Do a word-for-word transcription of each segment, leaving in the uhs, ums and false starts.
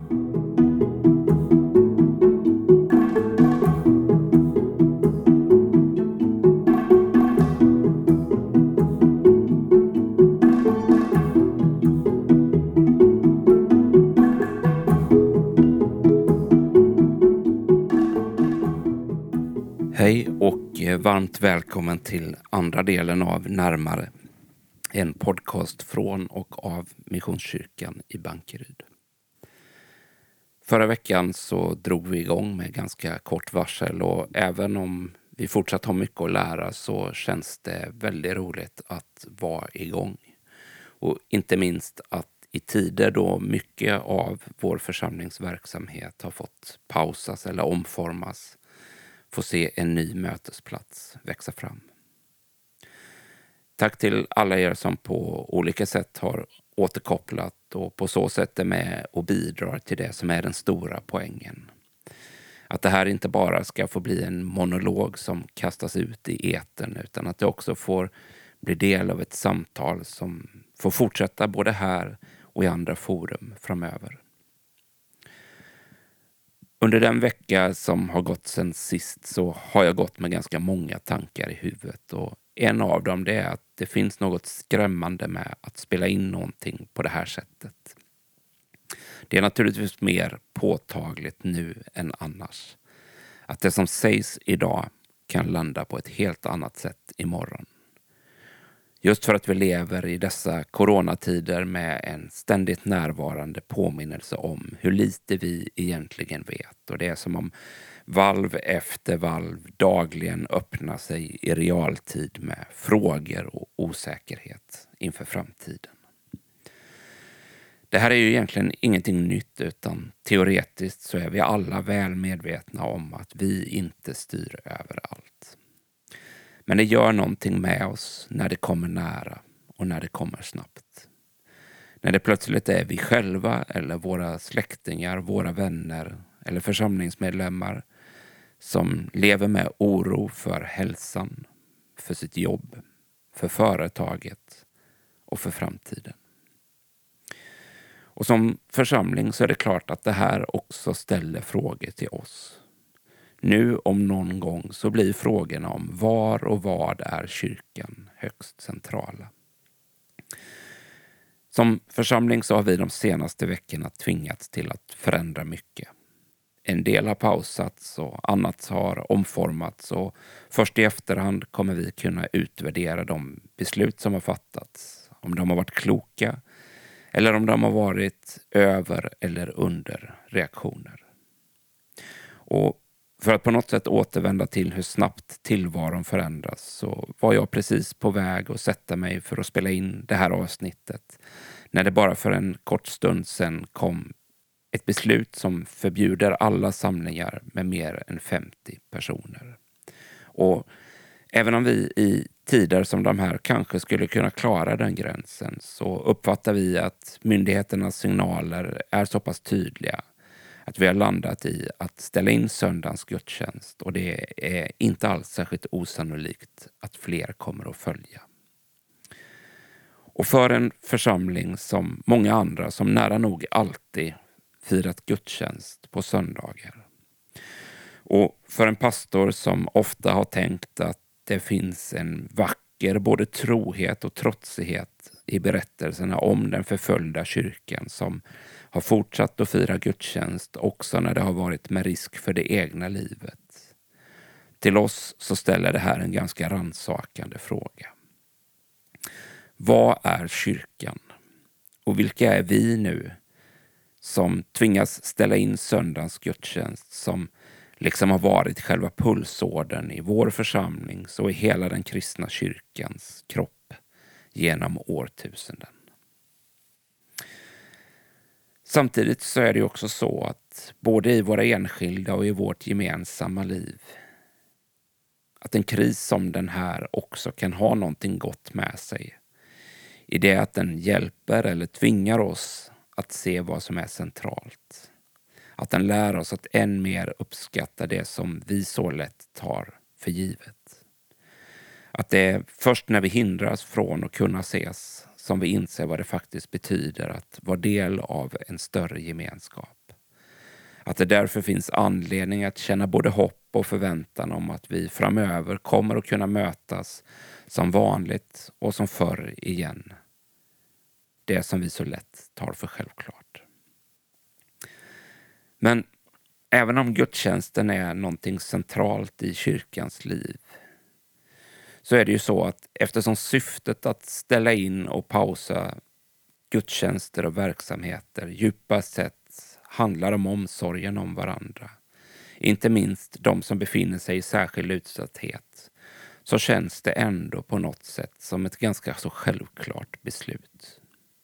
Hej och varmt välkommen till andra delen av Närmare, en podcast från och av Missionskyrkan i Bankeryd. Förra veckan så drog vi igång med ganska kort varsel och även om vi fortsatt har mycket att lära så känns det väldigt roligt att vara igång. Och inte minst att i tider då mycket av vår församlingsverksamhet har fått pausas eller omformas få se en ny mötesplats växa fram. Tack till alla er som på olika sätt har återkopplat och på så sätt är med och bidrar till det som är den stora poängen. Att det här inte bara ska få bli en monolog som kastas ut i etern utan att det också får bli del av ett samtal som får fortsätta både här och i andra forum framöver. Under den vecka som har gått sedan sist så har jag gått med ganska många tankar i huvudet och en av dem det är att det finns något skrämmande med att spela in någonting på det här sättet. Det är naturligtvis mer påtagligt nu än annars. Att det som sägs idag kan landa på ett helt annat sätt imorgon. Just för att vi lever i dessa coronatider med en ständigt närvarande påminnelse om hur lite vi egentligen vet. Och det är som om valv efter valv dagligen öppnar sig i realtid med frågor och osäkerhet inför framtiden. Det här är ju egentligen ingenting nytt utan teoretiskt så är vi alla väl medvetna om att vi inte styr över allt. Men det gör någonting med oss när det kommer nära och när det kommer snabbt. När det plötsligt är vi själva eller våra släktingar, våra vänner eller församlingsmedlemmar som lever med oro för hälsan, för sitt jobb, för företaget och för framtiden. Och som församling så är det klart att det här också ställer frågor till oss. Nu om någon gång så blir frågorna om var och vad är kyrkan högst centrala. Som församling så har vi de senaste veckorna tvingats till att förändra mycket. En del har pausats och annat har omformats och först i efterhand kommer vi kunna utvärdera de beslut som har fattats. Om de har varit kloka eller om de har varit över eller under reaktioner. Och för att på något sätt återvända till hur snabbt tillvaron förändras så var jag precis på väg att sätta mig för att spela in det här avsnittet när det bara för en kort stund sedan kom ett beslut som förbjuder alla samlingar med mer än femtio personer. Och även om vi i tider som de här kanske skulle kunna klara den gränsen så uppfattar vi att myndigheternas signaler är så pass tydliga att vi har landat i att ställa in söndagens gudstjänst och det är inte alls särskilt osannolikt att fler kommer att följa. Och för en församling som många andra som nära nog alltid firat gudstjänst på söndagar. Och för en pastor som ofta har tänkt att det finns en vacker både trohet och trotsighet i berättelserna om den förföljda kyrkan som har fortsatt att fira gudstjänst också när det har varit med risk för det egna livet. Till oss så ställer det här en ganska rannsakande fråga. Vad är kyrkan? Och vilka är vi nu som tvingas ställa in söndagens gudstjänst som liksom har varit själva pulsådern i vår församling och i hela den kristna kyrkans kropp genom årtusenden? Samtidigt så är det också så att både i våra enskilda och i vårt gemensamma liv att en kris som den här också kan ha någonting gott med sig. I det att den hjälper eller tvingar oss att se vad som är centralt. Att den lär oss att än mer uppskatta det som vi så lätt tar för givet. Att det är först när vi hindras från att kunna ses som vi inser vad det faktiskt betyder att vara del av en större gemenskap. Att det därför finns anledning att känna både hopp och förväntan om att vi framöver kommer att kunna mötas som vanligt och som förr igen. Det som vi så lätt tar för självklart. Men även om gudstjänsten är någonting centralt i kyrkans liv, så är det ju så att eftersom syftet att ställa in och pausa gudstjänster och verksamheter djupast sett handlar om omsorgen om varandra, inte minst de som befinner sig i särskild utsatthet, så känns det ändå på något sätt som ett ganska så självklart beslut.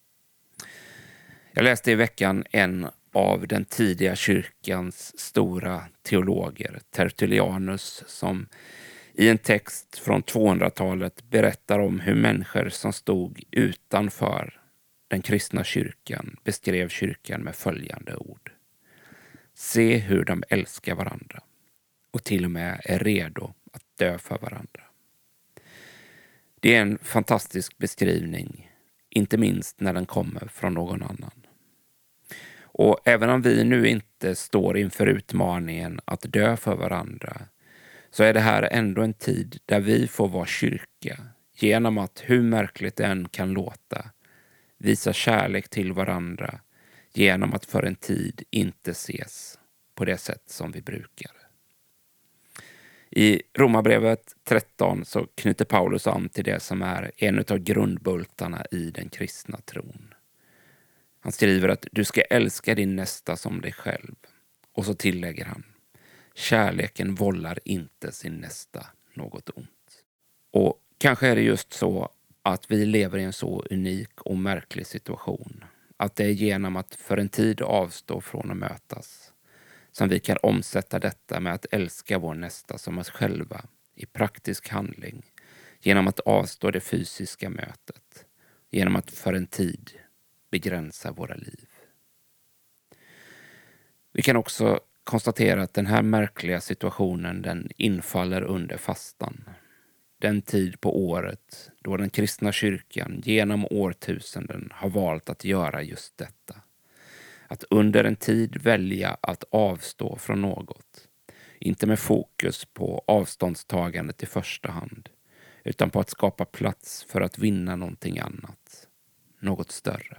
Jag läste i veckan en av den tidiga kyrkans stora teologer, Tertullianus, som i en text från tvåhundratalet berättar om hur människor som stod utanför den kristna kyrkan beskrev kyrkan med följande ord. Se hur de älskar varandra och till och med är redo att dö för varandra. Det är en fantastisk beskrivning, inte minst när den kommer från någon annan. Och även om vi nu inte står inför utmaningen att dö för varandra, så är det här ändå en tid där vi får vara kyrka genom att, hur märkligt det än kan låta, visa kärlek till varandra genom att för en tid inte ses på det sätt som vi brukar. I Romarbrevet tretton så knyter Paulus an till det som är en av grundbultarna i den kristna tron. Han skriver att du ska älska din nästa som dig själv. Och så tillägger han, kärleken vållar inte sin nästa något ont. Och kanske är det just så att vi lever i en så unik och märklig situation. Att det är genom att för en tid avstå från att mötas som vi kan omsätta detta med att älska vår nästa som oss själva i praktisk handling. Genom att avstå det fysiska mötet. Genom att för en tid begränsa våra liv. Vi kan också konstatera att den här märkliga situationen den infaller under fastan. Den tid på året då den kristna kyrkan genom årtusenden har valt att göra just detta. Att under en tid välja att avstå från något. Inte med fokus på avståndstagandet i första hand, utan på att skapa plats för att vinna någonting annat. Något större.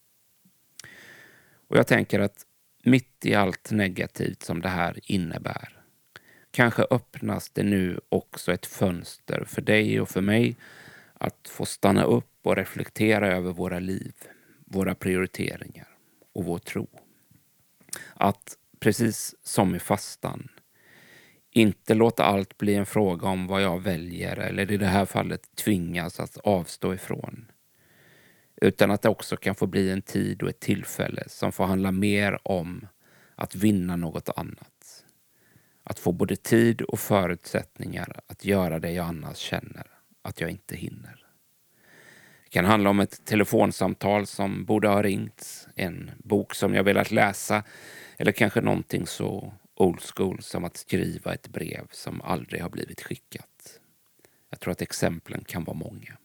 Och jag tänker att mitt i allt negativt som det här innebär, kanske öppnas det nu också ett fönster för dig och för mig att få stanna upp och reflektera över våra liv, våra prioriteringar och vår tro. Att precis som i fastan, inte låta allt bli en fråga om vad jag väljer eller i det här fallet tvingas att avstå ifrån. Utan att det också kan få bli en tid och ett tillfälle som får handla mer om att vinna något annat. Att få både tid och förutsättningar att göra det jag annars känner att jag inte hinner. Det kan handla om ett telefonsamtal som borde ha ringts, en bok som jag velat läsa eller kanske någonting så old school som att skriva ett brev som aldrig har blivit skickat. Jag tror att exemplen kan vara många.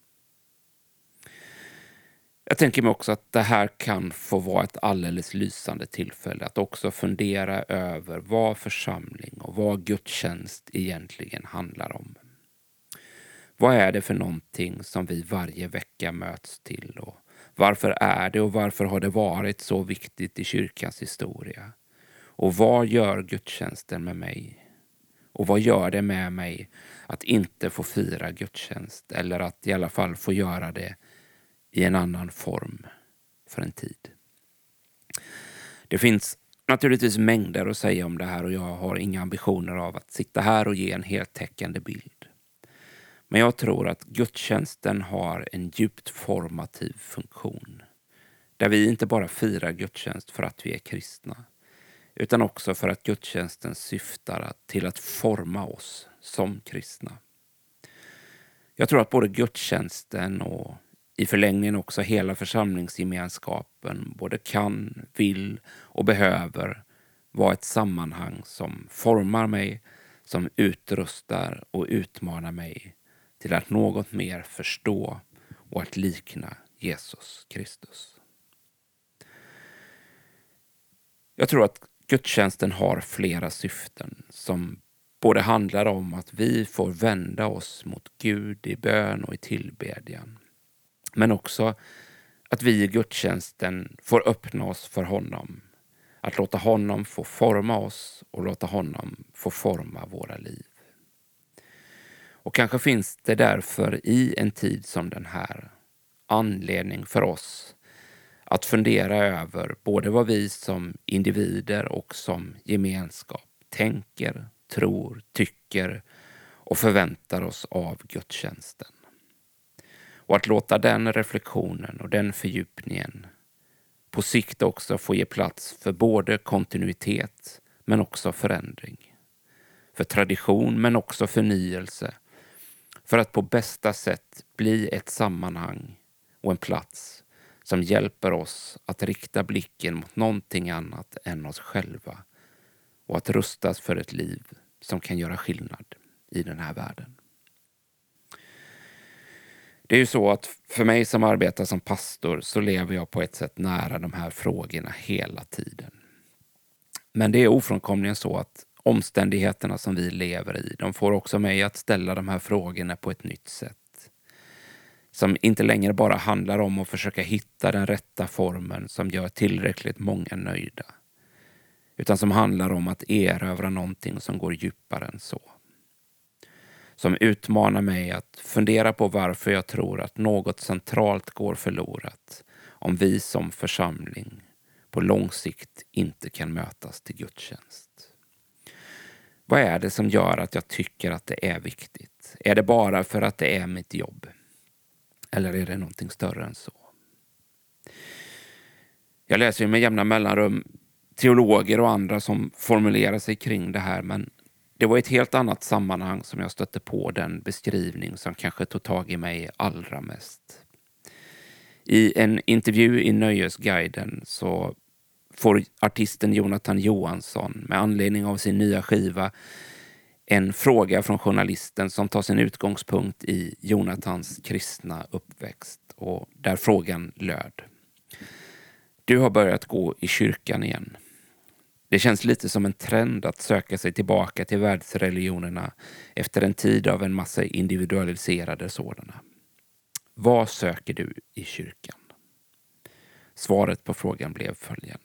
Jag tänker mig också att det här kan få vara ett alldeles lysande tillfälle att också fundera över vad församling och vad gudstjänst egentligen handlar om. Vad är det för någonting som vi varje vecka möts till och varför är det och varför har det varit så viktigt i kyrkans historia? Och vad gör gudstjänsten med mig? Och vad gör det med mig att inte få fira gudstjänst eller att i alla fall få göra det i en annan form för en tid? Det finns naturligtvis mängder att säga om det här och jag har inga ambitioner av att sitta här och ge en heltäckande bild. Men jag tror att gudstjänsten har en djupt formativ funktion. Där vi inte bara firar gudstjänst för att vi är kristna. Utan också för att gudstjänsten syftar till att forma oss som kristna. Jag tror att både gudstjänsten och i förlängningen också hela församlingsgemenskapen både kan, vill och behöver vara ett sammanhang som formar mig, som utrustar och utmanar mig till att något mer förstå och att likna Jesus Kristus. Jag tror att gudstjänsten har flera syften som både handlar om att vi får vända oss mot Gud i bön och i tillbedjan. Men också att vi i gudstjänsten får öppna oss för honom. Att låta honom få forma oss och låta honom få forma våra liv. Och kanske finns det därför i en tid som den här anledning för oss att fundera över både vad vi som individer och som gemenskap tänker, tror, tycker och förväntar oss av gudstjänsten. Och att låta den reflektionen och den fördjupningen på sikt också få ge plats för både kontinuitet men också förändring. För tradition men också förnyelse. För att på bästa sätt bli ett sammanhang och en plats som hjälper oss att rikta blicken mot någonting annat än oss själva och att rustas för ett liv som kan göra skillnad i den här världen. Det är ju så att för mig som arbetar som pastor så lever jag på ett sätt nära de här frågorna hela tiden. Men det är ofrånkomligen så att omständigheterna som vi lever i, de får också mig att ställa de här frågorna på ett nytt sätt. Som inte längre bara handlar om att försöka hitta den rätta formen som gör tillräckligt många nöjda. Utan som handlar om att erövra någonting som går djupare än så. Som utmanar mig att fundera på varför jag tror att något centralt går förlorat om vi som församling på lång sikt inte kan mötas till gudstjänst. Vad är det som gör att jag tycker att det är viktigt? Är det bara för att det är mitt jobb? Eller är det någonting större än så? Jag läser ju med jämna mellanrum teologer och andra som formulerar sig kring det här, men det var ett helt annat sammanhang som jag stötte på den beskrivning som kanske tog tag i mig allra mest. I en intervju i Nöjesguiden så får artisten Jonathan Johansson med anledning av sin nya skiva en fråga från journalisten som tar sin utgångspunkt i Jonathans kristna uppväxt, och där frågan löd: Du har börjat gå i kyrkan igen. Det känns lite som en trend att söka sig tillbaka till världsreligionerna efter en tid av en massa individualiserade sådana. Vad söker du i kyrkan? Svaret på frågan blev följande.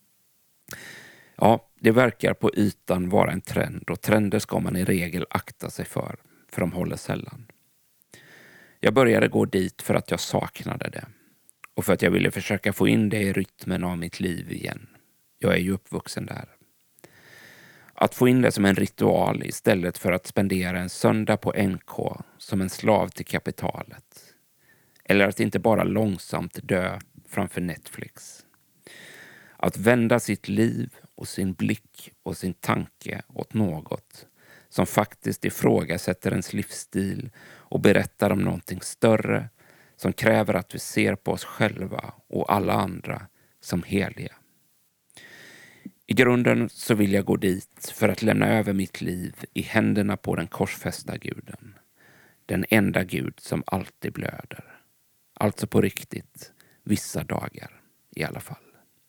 Ja, det verkar på ytan vara en trend, och trender ska man i regel akta sig för, för de håller sällan. Jag började gå dit för att jag saknade det, och för att jag ville försöka få in det i rytmen av mitt liv igen. Jag är ju uppvuxen där. Att få in det som en ritual istället för att spendera en söndag på N K som en slav till kapitalet. Eller att inte bara långsamt dö framför Netflix. Att vända sitt liv och sin blick och sin tanke åt något som faktiskt ifrågasätter ens livsstil och berättar om någonting större som kräver att vi ser på oss själva och alla andra som heliga. I grunden så vill jag gå dit för att lämna över mitt liv i händerna på den korsfästa guden. Den enda Gud som alltid blöder. Alltså på riktigt, vissa dagar i alla fall.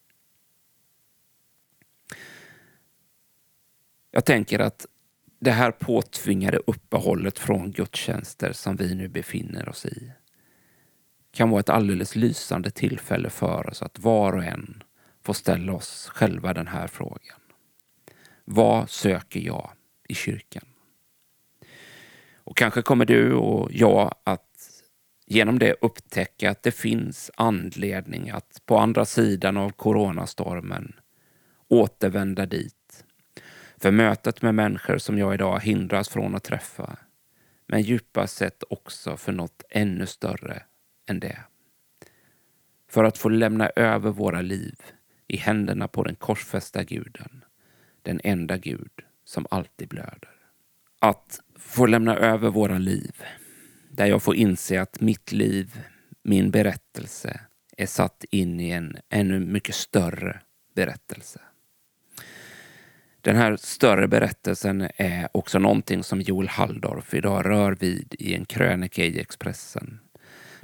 Jag tänker att det här påtvingade uppehållet från gudstjänster som vi nu befinner oss i kan vara ett alldeles lysande tillfälle för oss att var och en får ställa oss själva den här frågan. Vad söker jag i kyrkan? Och kanske kommer du och jag att genom det upptäcka att det finns anledning att på andra sidan av coronastormen återvända dit. För mötet med människor som jag idag hindras från att träffa. Men djupast sett också för något ännu större än det. För att få lämna över våra liv i händerna på den korsfästa guden. Den enda Gud som alltid blöder. Att få lämna över våra liv. Där jag får inse att mitt liv, min berättelse, är satt in i en ännu mycket större berättelse. Den här större berättelsen är också någonting som Joel Halldorf idag rör vid i en krönika i Expressen.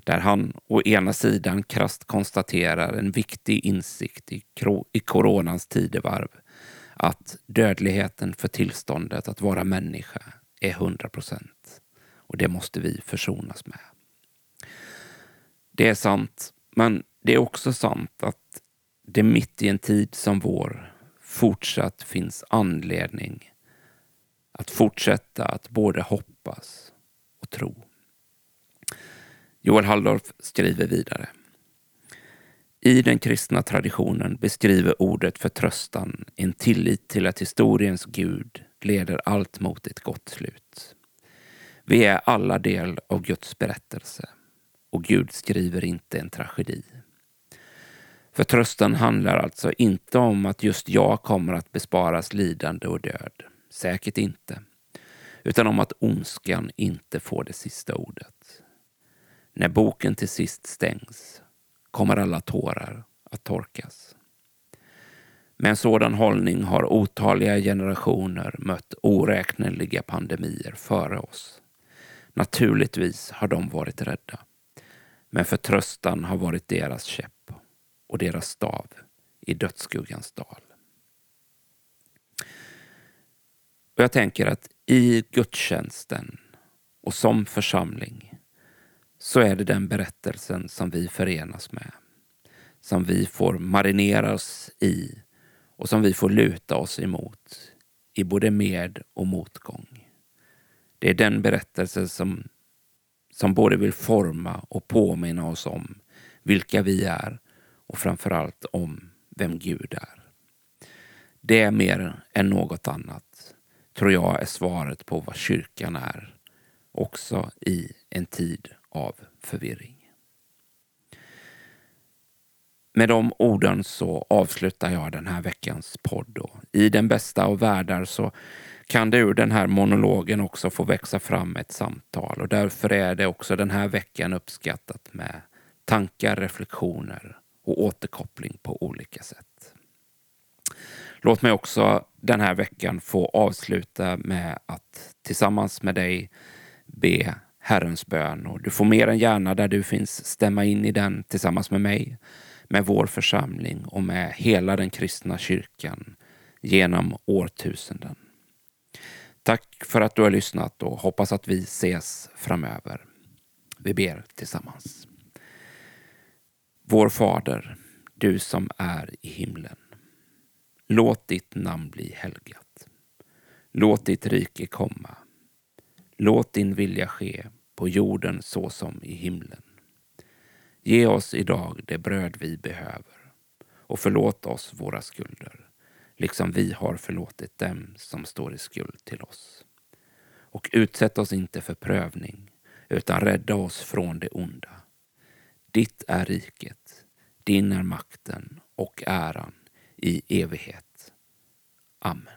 där han å ena sidan krasst konstaterar en viktig insikt i, i coronans tidevarv, att dödligheten för tillståndet att vara människa är hundra procent. Och det måste vi försonas med. Det är sant, men det är också sant att det mitt i en tid som vår fortsatt finns anledning att fortsätta att både hoppas och tro. Joel Halldorf skriver vidare. I den kristna traditionen beskriver ordet förtröstan en tillit till att historiens Gud leder allt mot ett gott slut. Vi är alla del av Guds berättelse och Gud skriver inte en tragedi. Förtröstan handlar alltså inte om att just jag kommer att besparas lidande och död. Säkert inte. Utan om att ondskan inte får det sista ordet. När boken till sist stängs kommer alla tårar att torkas. Med en sådan hållning har otaliga generationer mött oräkneliga pandemier före oss. Naturligtvis har de varit rädda. Men förtröstan har varit deras käpp och deras stav i dödsskuggans dal. Och jag tänker att i gudstjänsten och som församling så är det den berättelsen som vi förenas med. Som vi får marinera oss i och som vi får luta oss emot i både med- och motgång. Det är den berättelse som, som både vill forma och påminna oss om vilka vi är och framförallt om vem Gud är. Det är mer än något annat, tror jag, är svaret på vad kyrkan är, också i en tid av förvirring. Med de orden så avslutar jag den här veckans podd. Och i den bästa av världar så kan det ur den här monologen också få växa fram ett samtal. Och därför är det också den här veckan uppskattat med tankar, reflektioner och återkoppling på olika sätt. Låt mig också den här veckan få avsluta med att tillsammans med dig be Herrens bön. Och du får mer än gärna där du finns stämma in i den tillsammans med mig, med vår församling och med hela den kristna kyrkan genom årtusenden. Tack för att du har lyssnat och hoppas att vi ses framöver. Vi ber tillsammans. Vår Fader, du som är i himlen. Låt ditt namn bli helgat. Låt ditt rike komma. Låt din vilja ske på jorden så som i himlen. Ge oss idag det bröd vi behöver och förlåt oss våra skulder, liksom vi har förlåtit dem som står i skuld till oss. Och utsätt oss inte för prövning, utan rädda oss från det onda. Ditt är riket, din är makten och äran i evighet. Amen.